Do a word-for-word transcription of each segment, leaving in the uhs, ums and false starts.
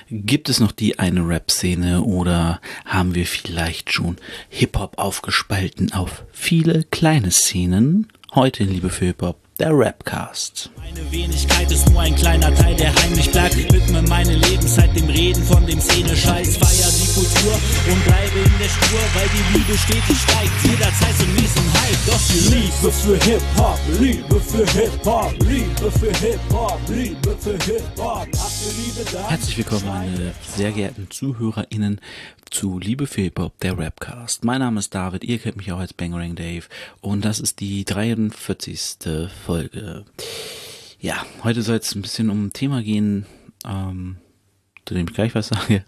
Gibt es noch die eine Rap-Szene oder haben wir vielleicht schon Hip-Hop aufgespalten auf viele kleine Szenen? Heute in Liebe für Hip-Hop, der Rapcast. Meine Wenigkeit ist nur ein kleiner Teil, der heimlich bleibt. Widme meine Lebenszeit dem Reden von dem Szene-Scheiß. Feier die Kultur und bleibe in der Spur, weil die Liebe stetig steigt. Jederzeit so mies und Hype. Doch die Liebe für Hip-Hop, Liebe für Hip-Hop, Liebe für Hip-Hop, Liebe für Hip-Hop. Habt ihr Liebe da? Herzlich willkommen, meine sehr geehrten ZuhörerInnen, zu Liebe für Hip-Hop, der Rapcast. Mein Name ist David, ihr kennt mich auch als Bangarang Dave und das ist die dreiundvierzigste Folge. Ja, heute soll es ein bisschen um ein Thema gehen, ähm, zu dem ich gleich was sage.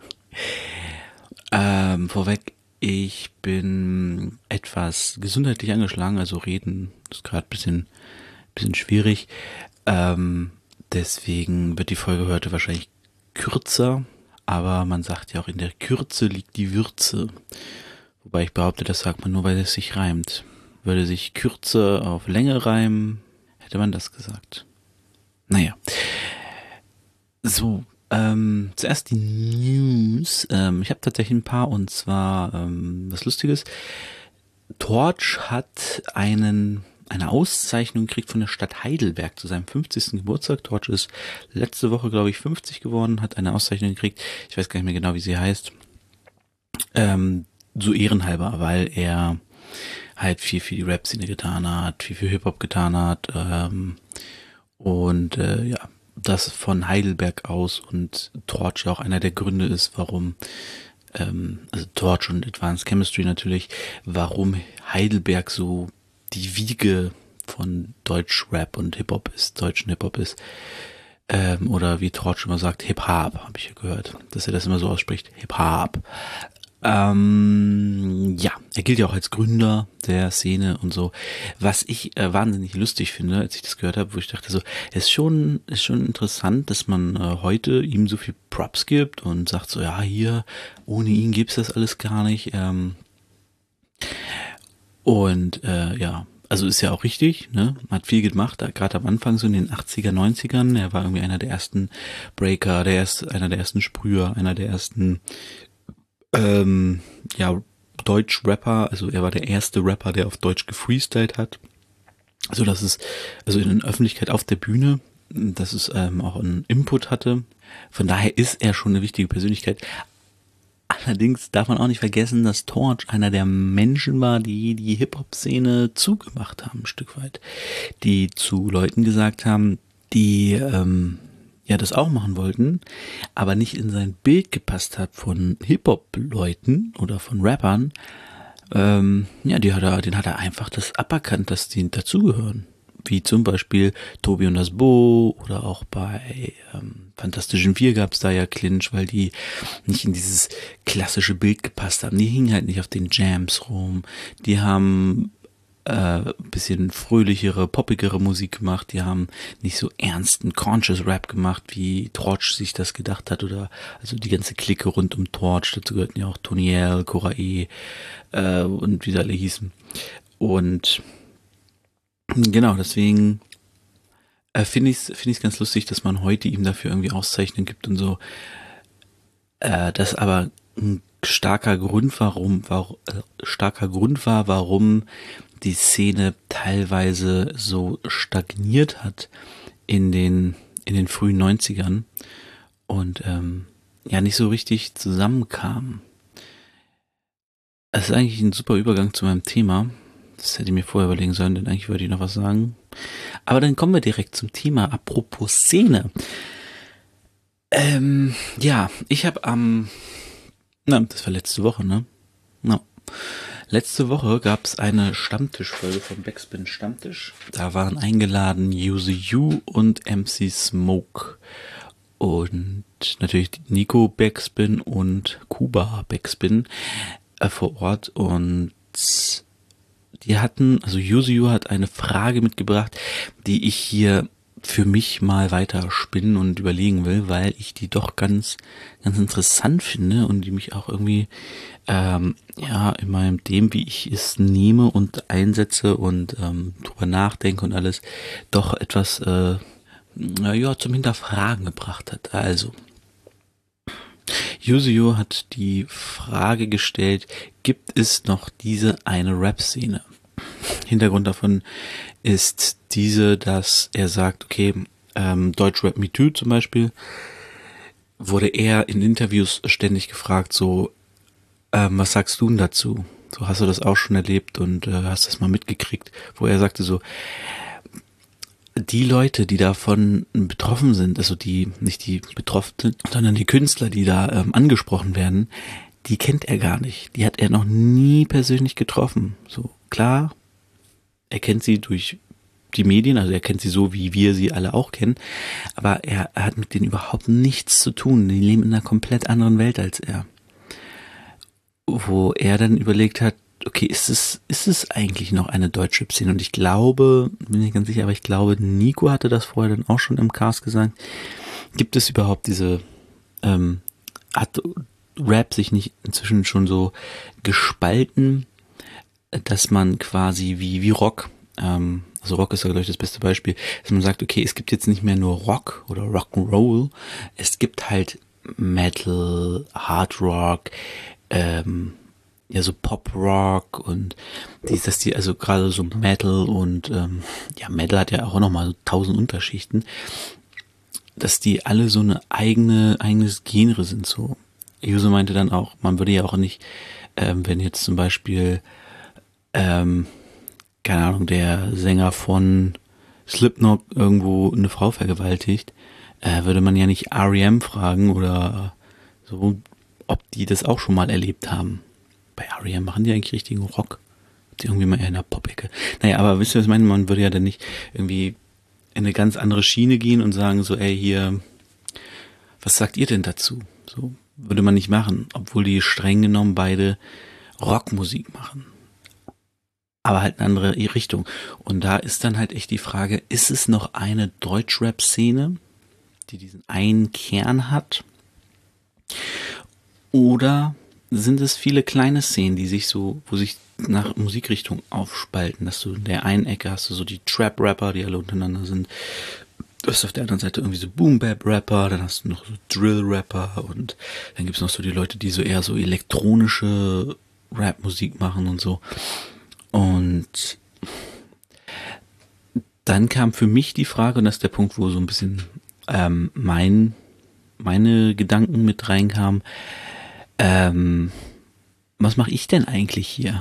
Ähm, vorweg, ich bin etwas gesundheitlich angeschlagen, also reden ist gerade ein bisschen, bisschen schwierig. Ähm, deswegen wird die Folge heute wahrscheinlich kürzer. Aber man sagt ja auch, in der Kürze liegt die Würze. Wobei ich behaupte, das sagt man nur, weil es sich reimt. Würde sich Kürze auf Länge reimen, hätte man das gesagt. Naja. So, ähm, zuerst die News. Ähm, ich habe tatsächlich ein paar, und zwar ähm, was Lustiges. Torch hat einen... eine Auszeichnung gekriegt von der Stadt Heidelberg zu seinem fünfzigsten Geburtstag. Torch ist letzte Woche, glaube ich, fünfzig geworden, hat eine Auszeichnung gekriegt. Ich weiß gar nicht mehr genau, wie sie heißt. Ähm, so ehrenhalber, weil er halt viel für die Rap-Szene getan hat, viel für Hip-Hop getan hat. Ähm, und äh, ja, das von Heidelberg aus, und Torch auch einer der Gründe ist, warum ähm, also Torch und Advanced Chemistry natürlich, warum Heidelberg so die Wiege von Deutsch-Rap und Hip-Hop ist, deutschen Hip-Hop ist. Ähm, oder wie Torch immer sagt, Hip-Hop, habe ich ja gehört, dass er das immer so ausspricht, Hip-Hop. Ähm, ja, er gilt ja auch als Gründer der Szene und so. Was ich äh, wahnsinnig lustig finde, als ich das gehört habe, wo ich dachte so, es ist schon, ist schon interessant, dass man äh, heute ihm so viel Props gibt und sagt so, ja, hier, ohne ihn gibt's das alles gar nicht. Ähm, Und äh, ja, also ist ja auch richtig, ne? Man hat viel gemacht, gerade am Anfang, so in den achtziger, neunzigern. Er war irgendwie einer der ersten Breaker, der erste, einer der ersten Sprüher, einer der ersten ähm, ja, Deutsch-Rapper. Also er war der erste Rapper, der auf Deutsch gefreestylt hat. Also das ist, also in der Öffentlichkeit auf der Bühne, dass es ähm, auch einen Input hatte. Von daher ist er schon eine wichtige Persönlichkeit. Allerdings darf man auch nicht vergessen, dass Torch einer der Menschen war, die die Hip-Hop-Szene zugemacht haben, ein Stück weit. Die zu Leuten gesagt haben, die ähm, ja das auch machen wollten, aber nicht in sein Bild gepasst hat von Hip-Hop-Leuten oder von Rappern. Ähm, ja, die hat er, den hat er einfach das aberkannt, dass die dazugehören. Wie zum Beispiel Tobi und das Bo oder auch bei ähm, Fantastischen Vier gab es da ja Clinch, weil die nicht in dieses klassische Bild gepasst haben. Die hingen halt nicht auf den Jams rum. Die haben äh, ein bisschen fröhlichere, poppigere Musik gemacht. Die haben nicht so ernsten Conscious Rap gemacht, wie Torch sich das gedacht hat. Oder also die ganze Clique rund um Torch. Dazu gehörten ja auch Tony L, Cora E äh, und wie sie alle hießen. Und genau, deswegen äh, finde ich es finde ich es ganz lustig, dass man heute ihm dafür irgendwie Auszeichnungen gibt und so. Äh, das aber ein starker Grund, warum, warum äh, starker Grund war, warum die Szene teilweise so stagniert hat in den in den frühen neunzigern und ähm, ja nicht so richtig zusammenkam. Das ist eigentlich ein super Übergang zu meinem Thema. Das hätte ich mir vorher überlegen sollen, denn eigentlich wollte ich noch was sagen. Aber dann kommen wir direkt zum Thema. Apropos Szene. Ähm, ja, ich habe am, na, das war letzte Woche, ne? No. Letzte Woche gab es eine Stammtischfolge vom Backspin Stammtisch. Da waren eingeladen Use You und M C Smoke. Und natürlich Nico Backspin und Kuba Backspin äh, vor Ort. Und die hatten, also Yuzu hat eine Frage mitgebracht, die ich hier für mich mal weiter spinnen und überlegen will, weil ich die doch ganz, ganz interessant finde und die mich auch irgendwie, ähm, ja, in meinem dem, wie ich es nehme und einsetze und ähm, drüber nachdenke und alles, doch etwas, äh, ja, zum Hinterfragen gebracht hat. Also, Yuzuyu hat die Frage gestellt, gibt es noch diese eine Rap-Szene? Hintergrund davon ist diese, dass er sagt, okay, ähm, Deutschrap Me Too zum Beispiel, wurde er in Interviews ständig gefragt, so, ähm, was sagst du denn dazu? So, hast du das auch schon erlebt und äh, hast das mal mitgekriegt? Wo er sagte so, die Leute, die davon betroffen sind, also die, nicht die Betroffenen, sondern die Künstler, die da ähm, angesprochen werden, die kennt er gar nicht. Die hat er noch nie persönlich getroffen. So, klar, er kennt sie durch die Medien, also er kennt sie so, wie wir sie alle auch kennen, aber er, er hat mit denen überhaupt nichts zu tun. Die leben in einer komplett anderen Welt als er. Wo er dann überlegt hat, okay, ist es, ist es eigentlich noch eine Deutschrap-Szene? Und ich glaube, bin nicht ganz sicher, aber ich glaube, Nico hatte das vorher dann auch schon im Cast gesagt. Gibt es überhaupt diese, ähm, hat Rap sich nicht inzwischen schon so gespalten, dass man quasi wie, wie Rock, ähm, also Rock ist ja, glaube ich, das beste Beispiel, dass man sagt, okay, es gibt jetzt nicht mehr nur Rock oder Rock'n'Roll, es gibt halt Metal, Hard Rock, ähm, ja, so Pop-Rock und die, dass die, also gerade so Metal und, ähm, ja, Metal hat ja auch nochmal so tausend Unterschichten, dass die alle so eine eigene, eigenes Genre sind, so. Juso meinte dann auch, man würde ja auch nicht, ähm, wenn jetzt zum Beispiel, ähm, keine Ahnung, der Sänger von Slipknot irgendwo eine Frau vergewaltigt, äh, würde man ja nicht R E M fragen oder so, ob die das auch schon mal erlebt haben. Bei R E M machen die eigentlich richtigen Rock. Die irgendwie mal eher in der Pop-Ecke. Naja, aber wisst ihr, was ich meine? Man würde ja dann nicht irgendwie in eine ganz andere Schiene gehen und sagen so, ey, hier, was sagt ihr denn dazu? So würde man nicht machen, obwohl die streng genommen beide Rockmusik machen. Aber halt eine andere Richtung. Und da ist dann halt echt die Frage, ist es noch eine Deutschrap-Szene, die diesen einen Kern hat? Oder sind es viele kleine Szenen, die sich so, wo sich nach Musikrichtung aufspalten, dass du in der einen Ecke hast du so die Trap-Rapper, die alle untereinander sind. Du hast auf der anderen Seite irgendwie so Boom-Bap-Rapper, dann hast du noch so Drill-Rapper und dann gibt's noch so die Leute, die so eher so elektronische Rap-Musik machen und so. Und dann kam für mich die Frage, und das ist der Punkt, wo so ein bisschen ähm, mein, meine Gedanken mit reinkamen, ähm, was mache ich denn eigentlich hier?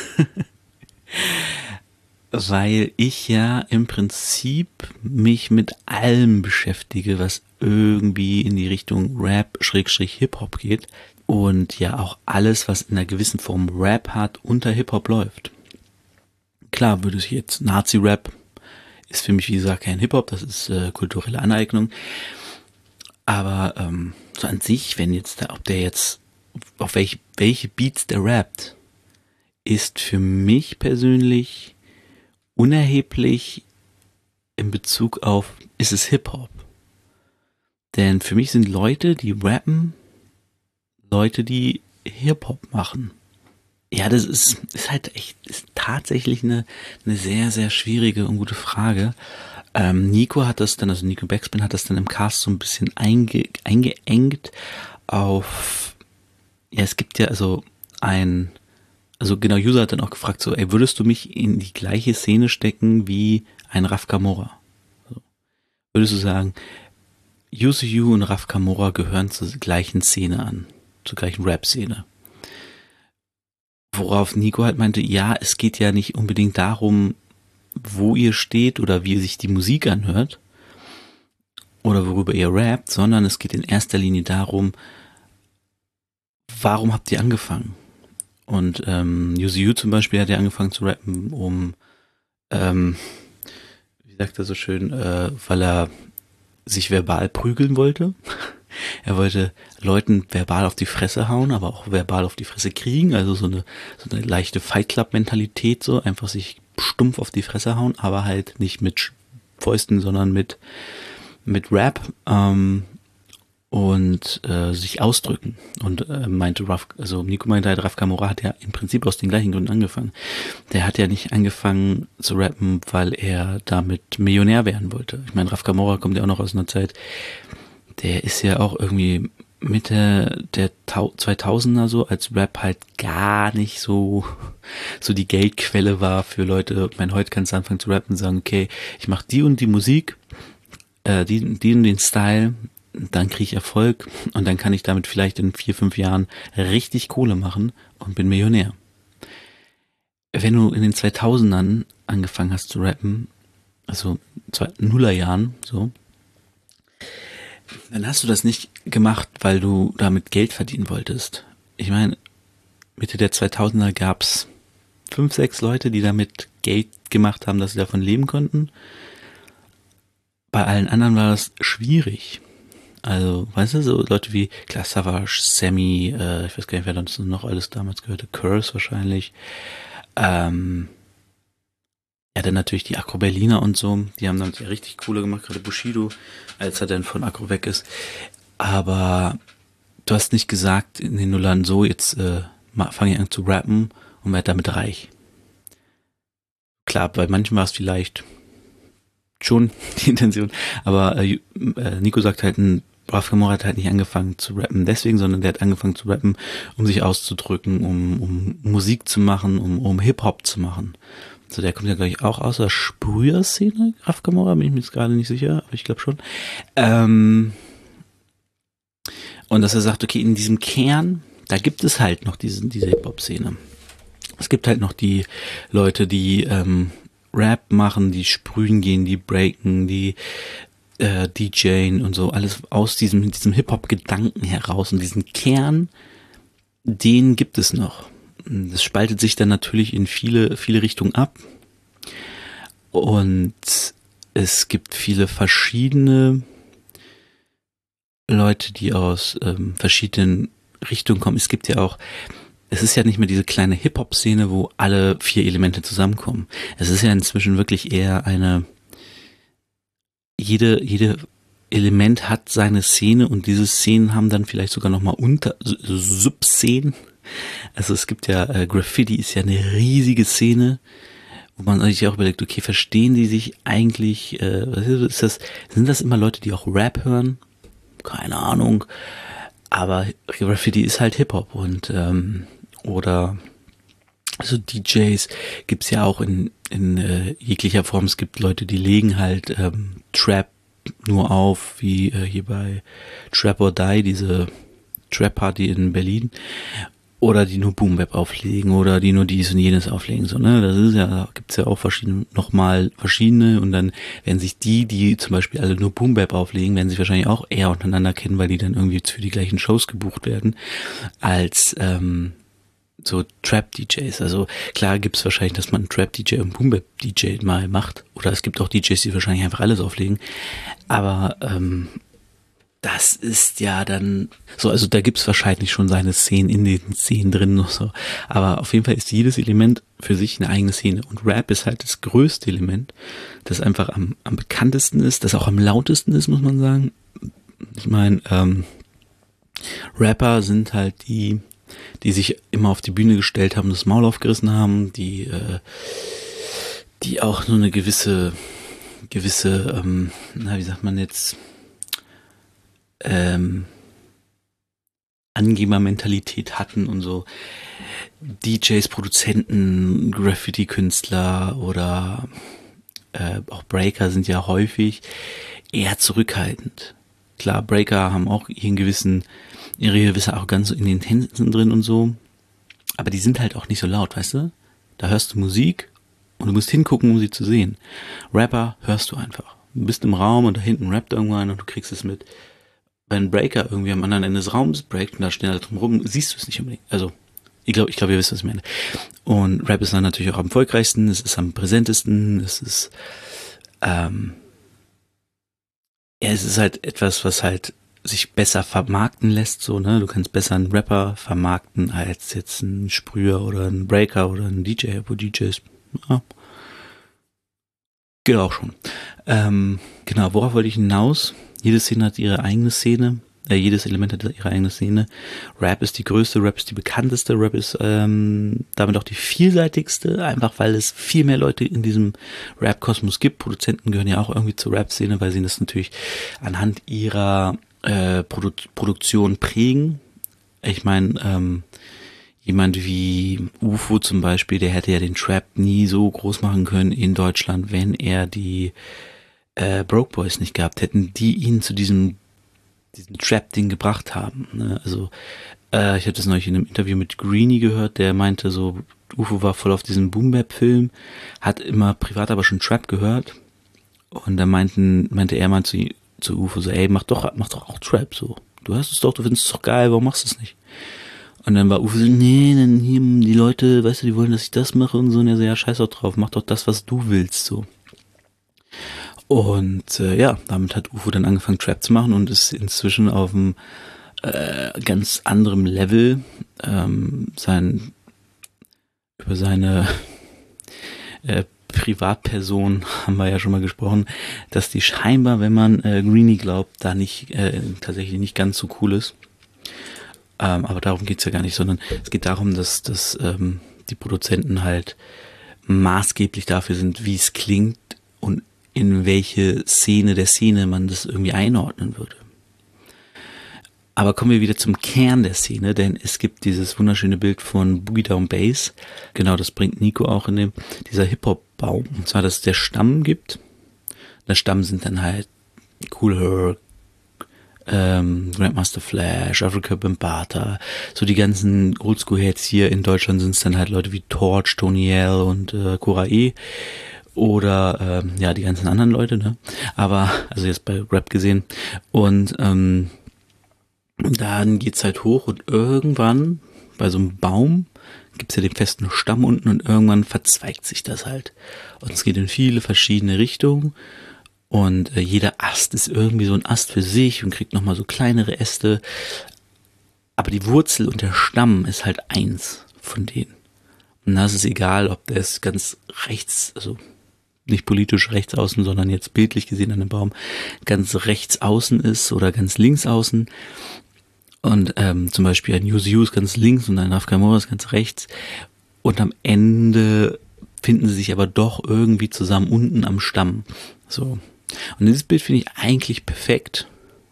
Weil ich ja im Prinzip mich mit allem beschäftige, was irgendwie in die Richtung Rap, Schrägstrich Hip-Hop geht und ja auch alles, was in einer gewissen Form Rap hat, unter Hip-Hop läuft. Klar würde ich jetzt Nazi-Rap ist für mich, wie gesagt, kein Hip-Hop, das ist äh, kulturelle Aneignung. Aber ähm, so an sich, wenn jetzt, da, ob der jetzt, auf welche, welche Beats der rappt, ist für mich persönlich unerheblich in Bezug auf, ist es Hip-Hop? Denn für mich sind Leute, die rappen, Leute, die Hip-Hop machen. Ja, das ist, ist halt echt, ist tatsächlich eine, eine sehr, sehr schwierige und gute Frage. Ähm, Nico hat das dann, also Nico Backspin hat das dann im Cast so ein bisschen einge, eingeengt auf, ja, es gibt ja also ein, also genau, User hat dann auch gefragt, so, ey, würdest du mich in die gleiche Szene stecken wie ein Raf Kamora? So. Würdest du sagen, Yuzuyu und Raf Kamora gehören zur gleichen Szene an, zur gleichen Rap-Szene? Worauf Nico halt meinte, ja, es geht ja nicht unbedingt darum, wo ihr steht oder wie sich die Musik anhört oder worüber ihr rappt, sondern es geht in erster Linie darum, warum habt ihr angefangen? Und ähm, Yuzuyu zum Beispiel hat ja angefangen zu rappen, um, ähm, wie sagt er so schön, äh, weil er sich verbal prügeln wollte. Er wollte Leuten verbal auf die Fresse hauen, aber auch verbal auf die Fresse kriegen, also so eine, so eine leichte Fight Club Mentalität, so einfach sich stumpf auf die Fresse hauen, aber halt nicht mit Fäusten, sondern mit mit Rap ähm, und äh, sich ausdrücken. Und äh, meinte Raf, also Nico meinte halt, Raf Kamora hat ja im Prinzip aus den gleichen Gründen angefangen. Der hat ja nicht angefangen zu rappen, weil er damit Millionär werden wollte. Ich meine, Raf Kamora kommt ja auch noch aus einer Zeit, der ist ja auch irgendwie Mitte der zweitausender so, als Rap halt gar nicht so so die Geldquelle war für Leute. Ich meine, heute kannst du anfangen zu rappen und sagen, okay, ich mache die und die Musik, äh, die, die und den Style, dann kriege ich Erfolg und dann kann ich damit vielleicht in vier, fünf Jahren richtig Kohle machen und bin Millionär. Wenn du in den zweitausendern angefangen hast zu rappen, also Nullerjahren, so, dann hast du das nicht gemacht, weil du damit Geld verdienen wolltest. Ich meine, Mitte der zweitausender gab's fünf, sechs Leute, die damit Geld gemacht haben, dass sie davon leben konnten. Bei allen anderen war das schwierig. Also, weißt du, so Leute wie klar, Savage, Sammy, äh, ich weiß gar nicht, wer sonst noch alles damals gehörte, Curse wahrscheinlich, ähm, ja, dann natürlich die Agro Berliner und so, die haben damit ja richtig Kohle gemacht, gerade Bushido, als er dann von Agro weg ist. Aber du hast nicht gesagt in den Nullern so, jetzt äh, fange ich an zu rappen und werde damit reich. Klar, bei manchen war es vielleicht schon die Intention, aber äh, Nico sagt halt, ein Raf Camora hat halt nicht angefangen zu rappen deswegen, sondern der hat angefangen zu rappen, um sich auszudrücken, um, um Musik zu machen, um, um Hip-Hop zu machen. So, der kommt ja gleich auch aus der Sprüher-Szene, Raf Camora, bin ich mir jetzt gerade nicht sicher, aber ich glaube schon. Ähm, und dass er sagt, okay, in diesem Kern, da gibt es halt noch diesen, diese Hip-Hop-Szene. Es gibt halt noch die Leute, die ähm, Rap machen, die sprühen gehen, die breaken, die äh, DJen und so, alles aus diesem, diesem Hip-Hop-Gedanken heraus. Und diesen Kern, den gibt es noch. Das spaltet sich dann natürlich in viele, viele Richtungen ab. Und es gibt viele verschiedene Leute, die aus ähm, verschiedenen Richtungen kommen. Es gibt ja auch, es ist ja nicht mehr diese kleine Hip-Hop-Szene, wo alle vier Elemente zusammenkommen. Es ist ja inzwischen wirklich eher eine, jede, jede Element hat seine Szene und diese Szenen haben dann vielleicht sogar nochmal unter, Subszenen. Also es gibt ja, äh, Graffiti ist ja eine riesige Szene, wo man sich auch überlegt, okay, verstehen die sich eigentlich, äh, was ist das, sind das immer Leute, die auch Rap hören? Keine Ahnung. Aber Graffiti ist halt Hip-Hop und ähm, oder also D Js gibt's ja auch in in äh, jeglicher Form. Es gibt Leute, die legen halt ähm, Trap nur auf, wie äh, hier bei Trap or Die, diese Trap-Party in Berlin, oder die nur Boom-Bap auflegen oder die nur dies und jenes auflegen, so, ne, das ist ja, da gibt's ja auch verschiedene, nochmal verschiedene und dann werden sich die, die zum Beispiel alle nur Boom-Bap auflegen, werden sich wahrscheinlich auch eher untereinander kennen, weil die dann irgendwie für die gleichen Shows gebucht werden, als, ähm, so Trap-D Js. Also klar gibt's wahrscheinlich, dass man einen Trap-D J und Boom-Bap-D J mal macht, oder es gibt auch D Js, die wahrscheinlich einfach alles auflegen, aber, ähm, das ist ja dann so, also da gibt's wahrscheinlich schon seine Szenen in den Szenen drin noch so, aber auf jeden Fall ist jedes Element für sich eine eigene Szene und Rap ist halt das größte Element, das einfach am, am bekanntesten ist, das auch am lautesten ist, muss man sagen. Ich meine, ähm, Rapper sind halt die, die sich immer auf die Bühne gestellt haben, das Maul aufgerissen haben, die, äh, die auch nur eine gewisse, gewisse, ähm, na, wie sagt man jetzt, ähm, Angebermentalität hatten und so D Js, Produzenten, Graffiti-Künstler oder äh, auch Breaker sind ja häufig eher zurückhaltend. Klar, Breaker haben auch ihren gewissen, ihre gewisse Arroganz in den Tänzen drin und so, aber die sind halt auch nicht so laut, weißt du? Da hörst du Musik und du musst hingucken, um sie zu sehen. Rapper hörst du einfach. Du bist im Raum und da hinten rappt irgendwann und du kriegst es mit. Wenn ein Breaker irgendwie am anderen Ende des Raums breakt und da stehen alle drum rum, siehst du es nicht unbedingt. Also, ich glaube, ich glaube, ihr wisst, was ich meine. Und Rap ist dann natürlich auch am erfolgreichsten, es ist am präsentesten, es ist, ähm, ja, es ist halt etwas, was halt sich besser vermarkten lässt, so, ne? Du kannst besser einen Rapper vermarkten als jetzt einen Sprüher oder einen Breaker oder einen D J, wo D Js, ja, geht auch schon. Ähm, genau, worauf wollte ich hinaus? Jede Szene hat ihre eigene Szene, äh, jedes Element hat ihre eigene Szene. Rap ist die größte, Rap ist die bekannteste, Rap ist ähm, damit auch die vielseitigste, einfach weil es viel mehr Leute in diesem Rap-Kosmos gibt. Produzenten gehören ja auch irgendwie zur Rap-Szene, weil sie das natürlich anhand ihrer äh, Produ- Produktion prägen. Ich meine, ähm, jemand wie U F O zum Beispiel, der hätte ja den Trap nie so groß machen können in Deutschland, wenn er die äh, Broke Boys nicht gehabt hätten, die ihn zu diesem, diesem Trap-Ding gebracht haben. Ne? Also äh, ich hatte das neulich in einem Interview mit Greenie gehört, der meinte so, U F O war voll auf diesem Boom-Bap-Film, hat immer privat aber schon Trap gehört und da meinten, meinte er mal zu, zu U F O so, ey, mach doch, mach doch auch Trap so. Du hörst es doch, du findest es doch geil, warum machst du es nicht? Und dann war Uwe so, nee, dann hier die Leute, weißt du, die wollen, dass ich das mache und so. Und er so, ja, scheiß doch drauf, mach doch das, was du willst, so. Und äh, ja, damit hat Uwe dann angefangen, Trap zu machen und ist inzwischen auf einem äh, ganz anderem Level. Ähm, sein, über seine äh, Privatperson haben wir ja schon mal gesprochen, dass die scheinbar, wenn man äh, Greenie glaubt, da nicht äh, tatsächlich nicht ganz so cool ist. Ähm, aber darum geht's ja gar nicht, sondern es geht darum, dass, dass ähm, die Produzenten halt maßgeblich dafür sind, wie es klingt und in welche Szene der Szene man das irgendwie einordnen würde. Aber kommen wir wieder zum Kern der Szene, denn es gibt dieses wunderschöne Bild von Boogie Down Bass. Genau, das bringt Nico auch in dem, dieser Hip-Hop-Baum. Und zwar, dass es der Stamm gibt. Der Stamm sind dann halt Kool Herc, ähm, Grandmaster Flash, Afrika Bambaataa, so die ganzen Oldschool-Heads hier in Deutschland sind es dann halt Leute wie Torch, Tony L und äh, Cora E. Oder ähm, ja, die ganzen anderen Leute, ne? Aber, also jetzt bei Rap gesehen. Und ähm, dann geht's halt hoch und irgendwann bei so einem Baum gibt's ja den festen Stamm unten und irgendwann verzweigt sich das halt. Und es geht in viele verschiedene Richtungen und äh, jeder Ast ist irgendwie so ein Ast für sich und kriegt nochmal so kleinere Äste. Aber die Wurzel und der Stamm ist halt eins von denen. Und da ist es egal, ob der ist ganz rechts, also nicht politisch rechts außen, sondern jetzt bildlich gesehen an dem Baum, ganz rechts außen ist oder ganz links außen. Und ähm, zum Beispiel ein U S U ist ganz links und ein Afrika Bambaataa ist ganz rechts. Und am Ende finden sie sich aber doch irgendwie zusammen unten am Stamm. So. Und dieses Bild finde ich eigentlich perfekt.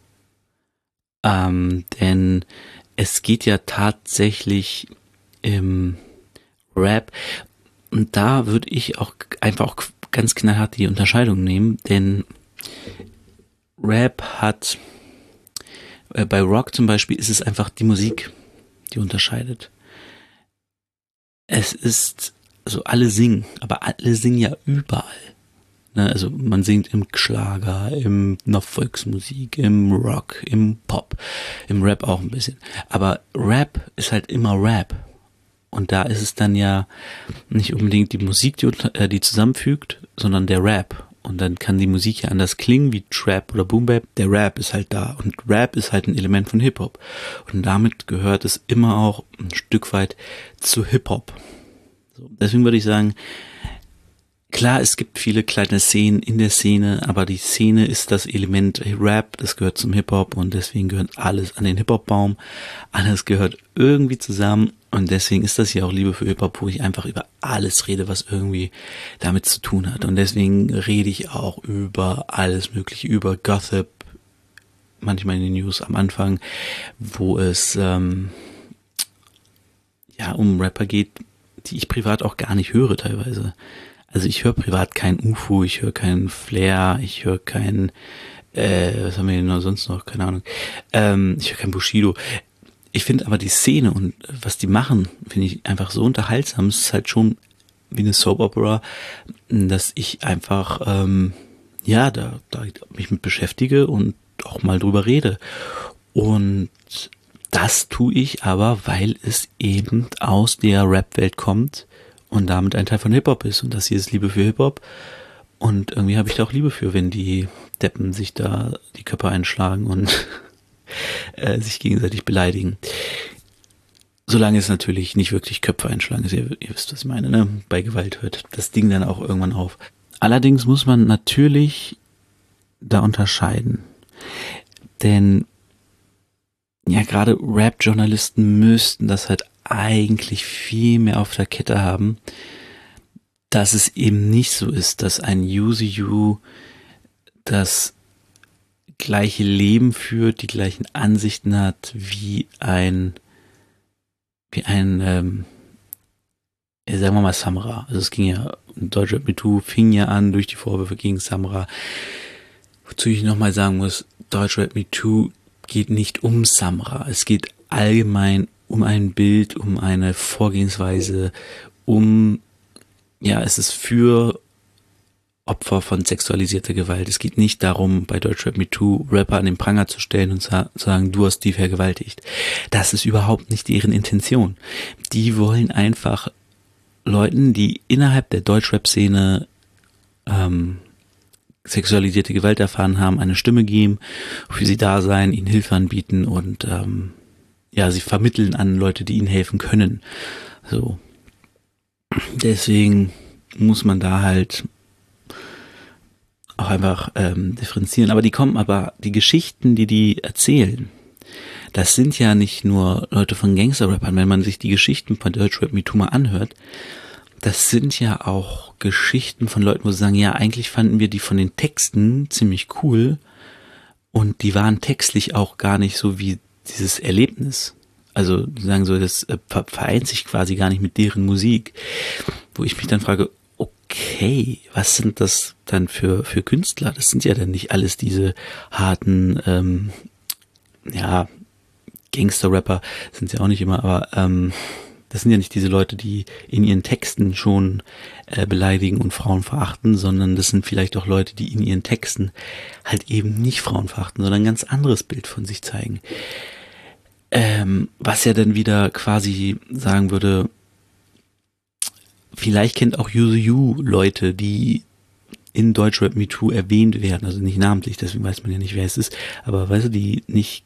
Ähm, denn es geht ja tatsächlich im Rap. Und da würde ich auch einfach auch ganz knallhart die Unterscheidung nehmen. Denn Rap hat... Bei Rock zum Beispiel ist es einfach die Musik, die unterscheidet. Es ist, also alle singen, aber alle singen ja überall. Ne, also man singt im Schlager, im in der Volksmusik, im Rock, im Pop, im Rap auch ein bisschen. Aber Rap ist halt immer Rap. Und da ist es dann ja nicht unbedingt die Musik, die, die zusammenfügt, sondern der Rap. Und dann kann die Musik ja anders klingen wie Trap oder Boom Bap. Der Rap ist halt da. Und Rap ist halt ein Element von Hip-Hop. Und damit gehört es immer auch ein Stück weit zu Hip-Hop. So, deswegen würde ich sagen, klar, es gibt viele kleine Szenen in der Szene, aber die Szene ist das Element Rap, das gehört zum Hip-Hop und deswegen gehört alles an den Hip-Hop-Baum. Alles gehört irgendwie zusammen. Und deswegen ist das ja auch Liebe für Hip-Hop, wo ich einfach über alles rede, was irgendwie damit zu tun hat. Und deswegen rede ich auch über alles Mögliche, über Gossip, manchmal in den News am Anfang, wo es ähm, ja um Rapper geht, die ich privat auch gar nicht höre teilweise. Also ich höre privat kein U F O, ich höre keinen Flair, ich höre kein, äh, was haben wir denn noch sonst noch, keine Ahnung, ähm, ich höre kein Bushido. Ich finde aber die Szene und was die machen, finde ich einfach so unterhaltsam. Es ist halt schon wie eine Soap Opera, dass ich einfach, ähm, ja, da, da mich mit beschäftige und auch mal drüber rede. Und das tue ich aber, weil es eben aus der Rap-Welt kommt und damit ein Teil von Hip-Hop ist. Und das hier ist Liebe für Hip-Hop. Und irgendwie habe ich da auch Liebe für, wenn die Deppen sich da die Köpfe einschlagen und äh, sich gegenseitig beleidigen. Solange es natürlich nicht wirklich Köpfe einschlagen ist, ihr, ihr wisst, was ich meine, ne? Bei Gewalt hört das Ding dann auch irgendwann auf. Allerdings muss man natürlich da unterscheiden. Denn ja, gerade Rap-Journalisten müssten das halt eigentlich viel mehr auf der Kette haben, dass es eben nicht so ist, dass ein U S U das gleiche Leben führt, die gleichen Ansichten hat wie ein, wie ein, ähm, ja, sagen wir mal Samra. Also es ging ja, Deutschrap MeToo fing ja an durch die Vorwürfe gegen Samra. Wozu ich nochmal sagen muss, Deutschrap MeToo geht nicht um Samra. Es geht allgemein um ein Bild, um eine Vorgehensweise, um, ja, es ist für Opfer von sexualisierter Gewalt. Es geht nicht darum, bei Deutschrap MeToo Rapper an den Pranger zu stellen und zu sagen, du hast die vergewaltigt. Das ist überhaupt nicht deren Intention. Die wollen einfach Leuten, die innerhalb der Deutschrap-Szene ähm, sexualisierte Gewalt erfahren haben, eine Stimme geben, für sie da sein, ihnen Hilfe anbieten und ähm, ja, sie vermitteln an Leute, die ihnen helfen können. So. Deswegen muss man da halt auch einfach ähm, differenzieren. Aber die kommen aber, die Geschichten, die die erzählen, das sind ja nicht nur Leute von Gangster-Rappern. Wenn man sich die Geschichten von Deutschrap MeToo mal anhört, das sind ja auch Geschichten von Leuten, wo sie sagen, ja, eigentlich fanden wir die von den Texten ziemlich cool und die waren textlich auch gar nicht so wie dieses Erlebnis. Also die sagen so, das äh, vereint sich quasi gar nicht mit deren Musik. Wo ich mich dann frage, okay, was sind das dann für für Künstler? Das sind ja dann nicht alles diese harten, ähm, ja, Gangster-Rapper, sind sie auch nicht immer, aber ähm, das sind ja nicht diese Leute, die in ihren Texten schon äh, beleidigen und Frauen verachten, sondern das sind vielleicht auch Leute, die in ihren Texten halt eben nicht Frauen verachten, sondern ein ganz anderes Bild von sich zeigen. Ähm, was ja dann wieder quasi sagen würde, vielleicht kennt auch Yuzu Yu Leute, die in Deutschrap MeToo erwähnt werden, also nicht namentlich, deswegen weiß man ja nicht, wer es ist, aber weißt du, die nicht,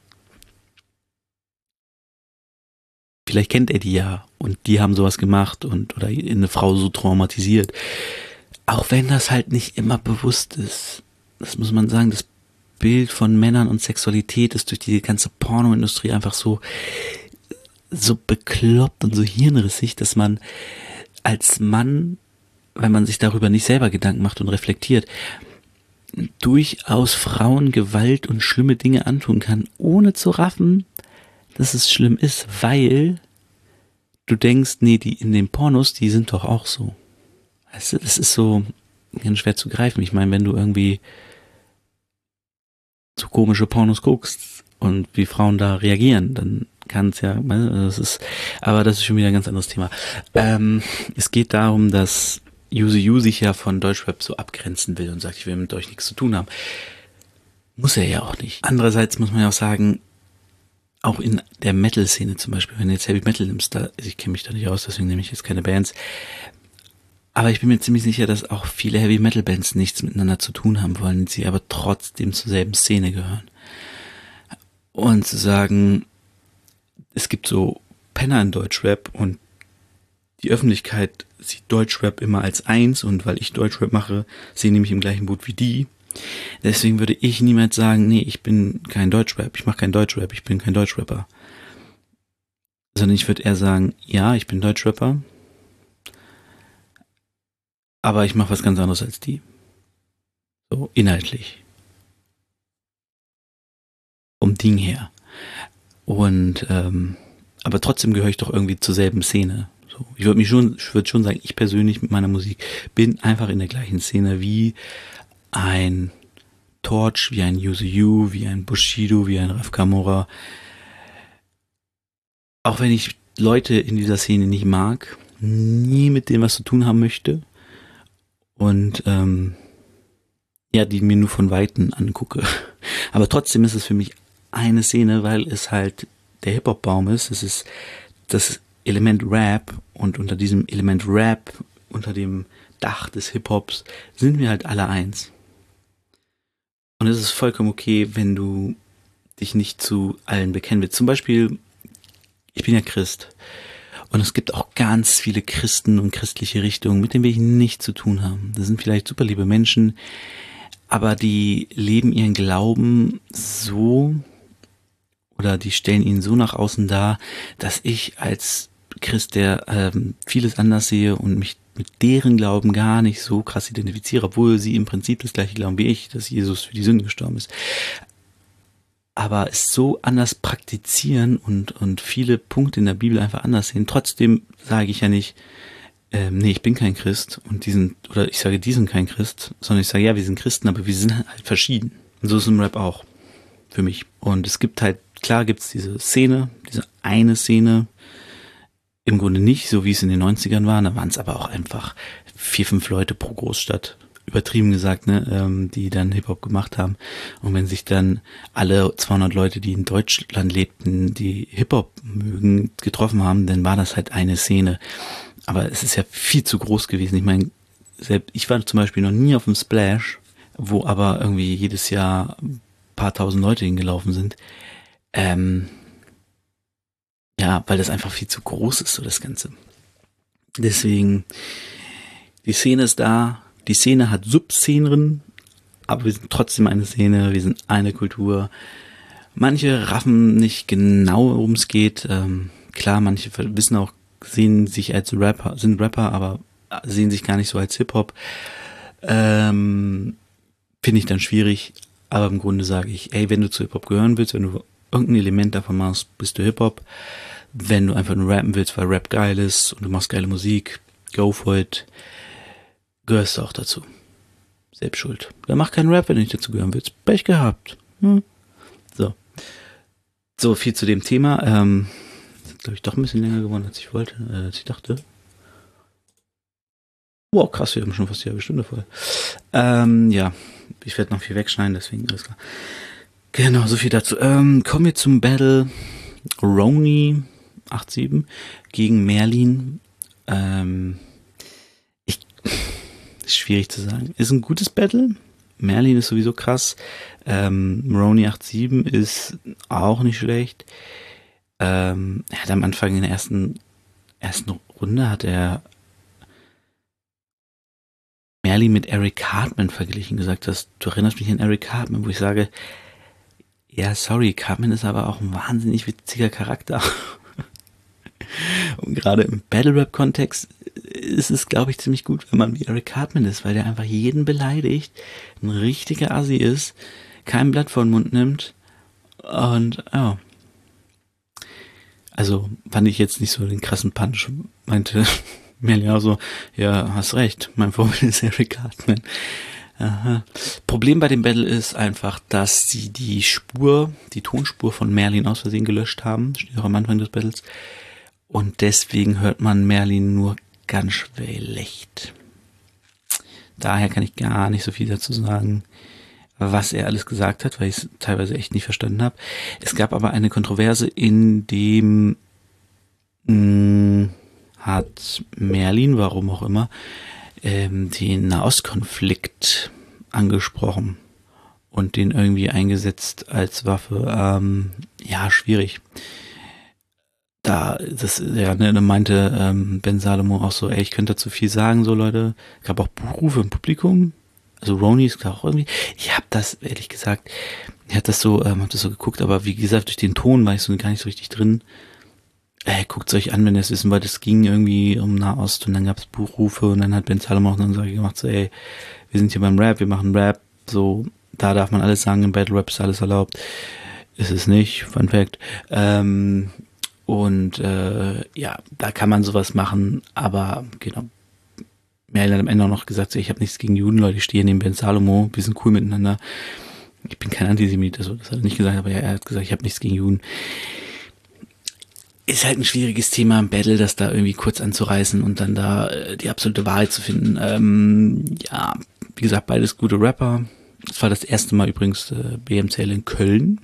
vielleicht kennt er die ja und die haben sowas gemacht und oder eine Frau so traumatisiert. Auch wenn das halt nicht immer bewusst ist. Das muss man sagen, das Bild von Männern und Sexualität ist durch die ganze Pornoindustrie einfach so so bekloppt und so hirnrissig, dass man als Mann, wenn man sich darüber nicht selber Gedanken macht und reflektiert, durchaus Frauen Gewalt und schlimme Dinge antun kann, ohne zu raffen, dass es schlimm ist, weil du denkst, nee, die in den Pornos, die sind doch auch so. Weißt du, das ist so ganz schwer zu greifen. Ich meine, wenn du irgendwie so komische Pornos guckst und wie Frauen da reagieren, dann kann es ja, das ist, aber das ist schon wieder ein ganz anderes Thema. Ähm, es geht darum, dass Yuzu Yu sich ja von Deutschrap so abgrenzen will und sagt, ich will mit euch nichts zu tun haben. Muss er ja auch nicht. Andererseits muss man ja auch sagen, auch in der Metal-Szene zum Beispiel, wenn du jetzt Heavy Metal nimmst, da, ich kenne mich da nicht aus, deswegen nehme ich jetzt keine Bands, aber ich bin mir ziemlich sicher, dass auch viele Heavy Metal Bands nichts miteinander zu tun haben wollen, sie aber trotzdem zur selben Szene gehören. Und zu sagen, es gibt so Penner in Deutschrap und die Öffentlichkeit sieht Deutschrap immer als eins und weil ich Deutschrap mache, sehen die mich im gleichen Boot wie die. Deswegen würde ich niemals sagen, nee, ich bin kein Deutschrap, ich mache kein Deutschrap, ich bin kein Deutschrapper. Sondern ich würde eher sagen, ja, ich bin Deutschrapper, aber ich mache was ganz anderes als die. So, inhaltlich. Vom Ding her. Und, ähm, aber trotzdem gehöre ich doch irgendwie zur selben Szene. So, ich würde mich schon, ich würde schon sagen, ich persönlich mit meiner Musik bin einfach in der gleichen Szene wie ein Torch, wie ein Yuzu Yu, wie ein Bushido, wie ein Raf Kamora. Auch wenn ich Leute in dieser Szene nicht mag, nie mit denen was zu tun haben möchte und ähm, ja, die mir nur von Weitem angucke. Aber trotzdem ist es für mich eine Szene, weil es halt der Hip-Hop-Baum ist. Es ist das Element Rap und unter diesem Element Rap, unter dem Dach des Hip-Hops, sind wir halt alle eins. Und es ist vollkommen okay, wenn du dich nicht zu allen bekennen willst. Zum Beispiel, ich bin ja Christ. Und es gibt auch ganz viele Christen und christliche Richtungen, mit denen wir nichts zu tun haben. Das sind vielleicht super liebe Menschen, aber die leben ihren Glauben so oder die stellen ihn so nach außen dar, dass ich als Christ, der ähm, vieles anders sehe und mich mit deren Glauben gar nicht so krass identifiziere, obwohl sie im Prinzip das gleiche glauben wie ich, dass Jesus für die Sünden gestorben ist. aber es so anders praktizieren und, und viele Punkte in der Bibel einfach anders sehen. Trotzdem sage ich ja nicht, ähm, nee, ich bin kein Christ und die sind, oder ich sage, die sind kein Christ, sondern ich sage, ja, wir sind Christen, aber wir sind halt verschieden. Und so ist es im Rap auch für mich. Und es gibt halt, klar gibt's diese Szene, diese eine Szene, im Grunde nicht, so wie es in den neunzigern war, da waren es aber auch einfach vier, fünf Leute pro Großstadt, übertrieben gesagt, ne, ähm, die dann Hip-Hop gemacht haben. Und wenn sich dann alle zweihundert Leute, die in Deutschland lebten, die Hip-Hop mögen, getroffen haben, dann war das halt eine Szene. Aber es ist ja viel zu groß gewesen. Ich meine, selbst ich war zum Beispiel noch nie auf dem Splash, wo aber irgendwie jedes Jahr ein paar tausend Leute hingelaufen sind. Ähm, ja, weil das einfach viel zu groß ist, so das Ganze. Deswegen, die Szene ist da, die Szene hat Subszenen, aber wir sind trotzdem eine Szene, wir sind eine Kultur. Manche raffen nicht genau, worum es geht. Ähm, klar, manche wissen auch, sehen sich als Rapper, sind Rapper, aber sehen sich gar nicht so als Hip-Hop. Ähm, finde ich dann schwierig, aber im Grunde sage ich, ey, wenn du zu Hip-Hop gehören willst, wenn du irgendein Element davon machst, bist du Hip-Hop. Wenn du einfach nur rappen willst, weil Rap geil ist und du machst geile Musik, go for it, gehörst du auch dazu. Selbst schuld. Dann mach keinen Rap, wenn du nicht dazu gehören willst. Pech gehabt. Hm. So. So, viel zu dem Thema. Ähm, ist, glaube ich, doch ein bisschen länger geworden, als ich wollte, äh, als ich dachte. Wow, krass, wir haben schon fast die halbe Stunde voll. Ähm, ja, ich werde noch viel wegschneiden, deswegen alles klar. Genau, so viel dazu. Ähm, kommen wir zum Battle Roni acht sieben gegen Merlin. Ähm, ich, ist schwierig zu sagen. Ist ein gutes Battle. Merlin ist sowieso krass. Ähm, Roni acht sieben ist auch nicht schlecht. Ähm, er hat am Anfang in der ersten, ersten Runde hat er Merlin mit Eric Cartman verglichen, gesagt, dass du erinnerst mich an Eric Cartman, wo ich sage, ja, sorry, Cartman ist aber auch ein wahnsinnig witziger Charakter. Und gerade im Battle-Rap-Kontext ist es, glaube ich, ziemlich gut, wenn man wie Eric Cartman ist, weil der einfach jeden beleidigt, ein richtiger Assi ist, kein Blatt vor den Mund nimmt und, ja. Also, fand ich jetzt nicht so den krassen Punch, meinte Merlin auch so, ja, hast recht, mein Vorbild ist Eric Cartman. Aha. Problem bei dem Battle ist einfach, dass sie die Spur, die Tonspur von Merlin aus Versehen gelöscht haben, steht auch am Anfang des Battles, und deswegen hört man Merlin nur ganz schlecht. Daher kann ich gar nicht so viel dazu sagen, was er alles gesagt hat, weil ich es teilweise echt nicht verstanden habe. Es gab aber eine Kontroverse, in dem mh, hat Merlin, warum auch immer, ähm, den Nahostkonflikt angesprochen und den irgendwie eingesetzt als Waffe. Ähm, ja, schwierig. Da, das, ja, ne, meinte ähm, Ben Salomo auch so, ey, ich könnte dazu viel sagen, so Leute. Es gab auch Buchrufe im Publikum. Also Roni ist auch irgendwie, ich habe das, ehrlich gesagt, ich hab das so, ähm, hab das so geguckt, aber wie gesagt, durch den Ton war ich so gar nicht so richtig drin. Äh, guckt euch an, wenn ihr es wissen wollt, es ging irgendwie um Nahost und dann gab es Buchrufe und dann hat Ben Salomo auch eine Ansage gemacht, so, ey, wir sind hier beim Rap, wir machen Rap, so, da darf man alles sagen, im Battle Rap ist alles erlaubt. Ist es nicht, Fun Fact. Ähm, und äh, ja, da kann man sowas machen, aber genau. Merlin hat am Ende auch noch gesagt, so, ich habe nichts gegen Juden, Leute, ich stehe neben Ben Salomo, wir sind cool miteinander. Ich bin kein Antisemit, also das hat er nicht gesagt, aber ja, er hat gesagt, ich habe nichts gegen Juden. Ist halt ein schwieriges Thema im Battle, das da irgendwie kurz anzureißen und dann da äh, die absolute Wahrheit zu finden. Ähm, ja, wie gesagt, beides gute Rapper. Das war das erste Mal übrigens äh, B M C L in Köln.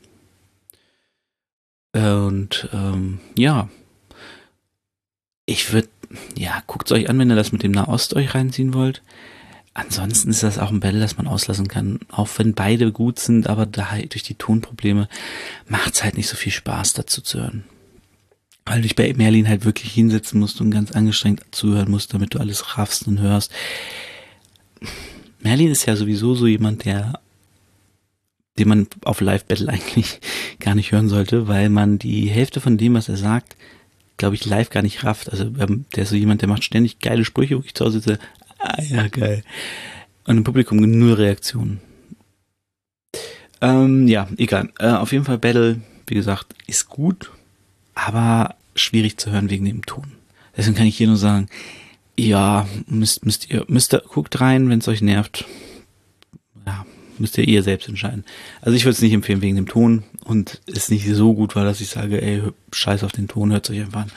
Äh, und ähm, ja, ich würde, ja, guckt es euch an, wenn ihr das mit dem Nahost euch reinziehen wollt. Ansonsten ist das auch ein Battle, das man auslassen kann. Auch wenn beide gut sind, aber da durch die Tonprobleme macht es halt nicht so viel Spaß, dazu zu hören. Weil du dich bei Merlin halt wirklich hinsetzen musst und ganz angestrengt zuhören musst, damit du alles raffst und hörst. Merlin ist ja sowieso so jemand, der, den man auf Live-Battle eigentlich gar nicht hören sollte, weil man die Hälfte von dem, was er sagt, glaube ich, live gar nicht rafft. Also ähm, der ist so jemand, der macht ständig geile Sprüche, wo ich zu Hause sitze, ah ja, geil. Und im Publikum null Reaktionen. Ähm, ja, egal. Äh, auf jeden Fall Battle, wie gesagt, ist gut, aber schwierig zu hören wegen dem Ton. Deswegen kann ich hier nur sagen, ja, müsst, müsst ihr, müsst ihr, guckt rein, wenn es euch nervt. Ja, müsst ihr ihr selbst entscheiden. Also ich würde es nicht empfehlen wegen dem Ton und ist nicht so gut, weil dass ich sage, ey, scheiß auf den Ton, hört es euch einfach an.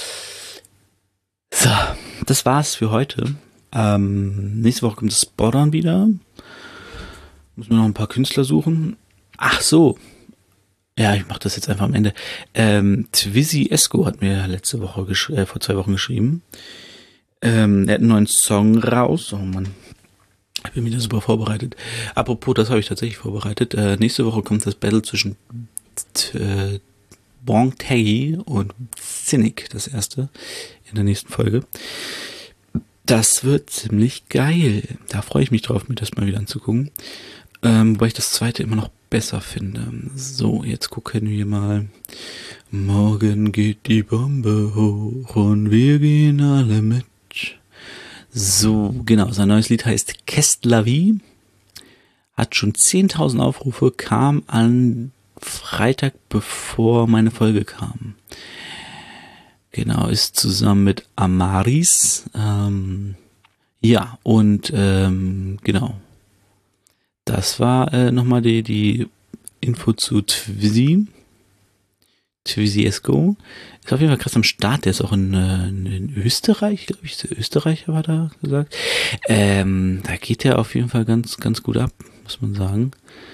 So, das war's für heute. Ähm, nächste Woche kommt das Spot-On wieder. Muss man noch ein paar Künstler suchen. Ach so. Ja, ich mache das jetzt einfach am Ende. Ähm, Twizzy Esco hat mir letzte Woche, gesch- äh, vor zwei Wochen geschrieben. Ähm, er hat einen neuen Song raus. Oh Mann. Ich bin wieder super vorbereitet. Apropos, das habe ich tatsächlich vorbereitet. Äh, nächste Woche kommt das Battle zwischen t- äh, Bong Taggy und Cynic, das erste, in der nächsten Folge. Das wird ziemlich geil. Da freue ich mich drauf, mir das mal wieder anzugucken. Ähm, wobei ich das zweite immer noch besser finde. So, jetzt gucken wir mal. Morgen geht die Bombe hoch und wir gehen alle mit. So, genau, sein neues Lied heißt Qu'est la vie. Hat schon zehntausend Aufrufe, kam an Freitag, bevor meine Folge kam. Genau, ist zusammen mit Amaris. Ähm, ja, und ähm, genau. Das war äh, nochmal die, die Info zu Twizzy. Twizzy Esco. Ist auf jeden Fall krass am Start. Der ist auch in, äh, in Österreich, glaube ich. Der Österreicher war da gesagt. Ähm, da geht der auf jeden Fall ganz, ganz gut ab, muss man sagen.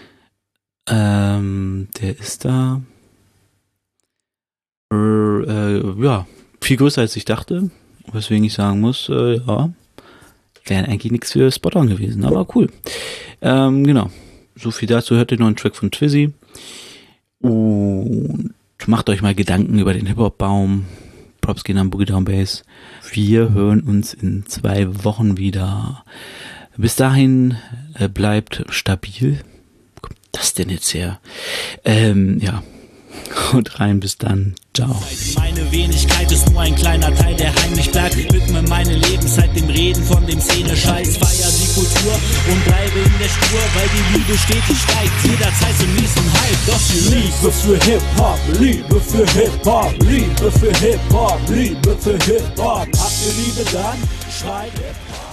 Ähm, der ist da äh, äh, ja, viel größer als ich dachte. Weswegen ich sagen muss, äh, ja, wäre eigentlich nichts für Spot-On gewesen, aber cool. Ähm, genau. So viel dazu. Hört den neuen Track von Twizzy. Und macht euch mal Gedanken über den Hip-Hop-Baum. Props gehen an Boogie Down Bass. Wir hören uns in zwei Wochen wieder. Bis dahin äh, bleibt stabil. Wo kommt das denn jetzt her? Ähm, ja. Haut rein, bis dann. Ciao. Meine Wenigkeit ist nur ein kleiner Teil, der heimlich bleibt. Widme meine Lebenszeit dem Reden von dem Szene-Scheiß. Feier die Kultur und bleibe in der Spur, weil die Liebe stetig steigt. Jederzeit so mies und Hype. Doch die Liebe für Hip-Hop, Liebe für Hip-Hop, Liebe für Hip-Hop, Liebe für Hip-Hop. Habt ihr Liebe, dann schreit Hip-Hop.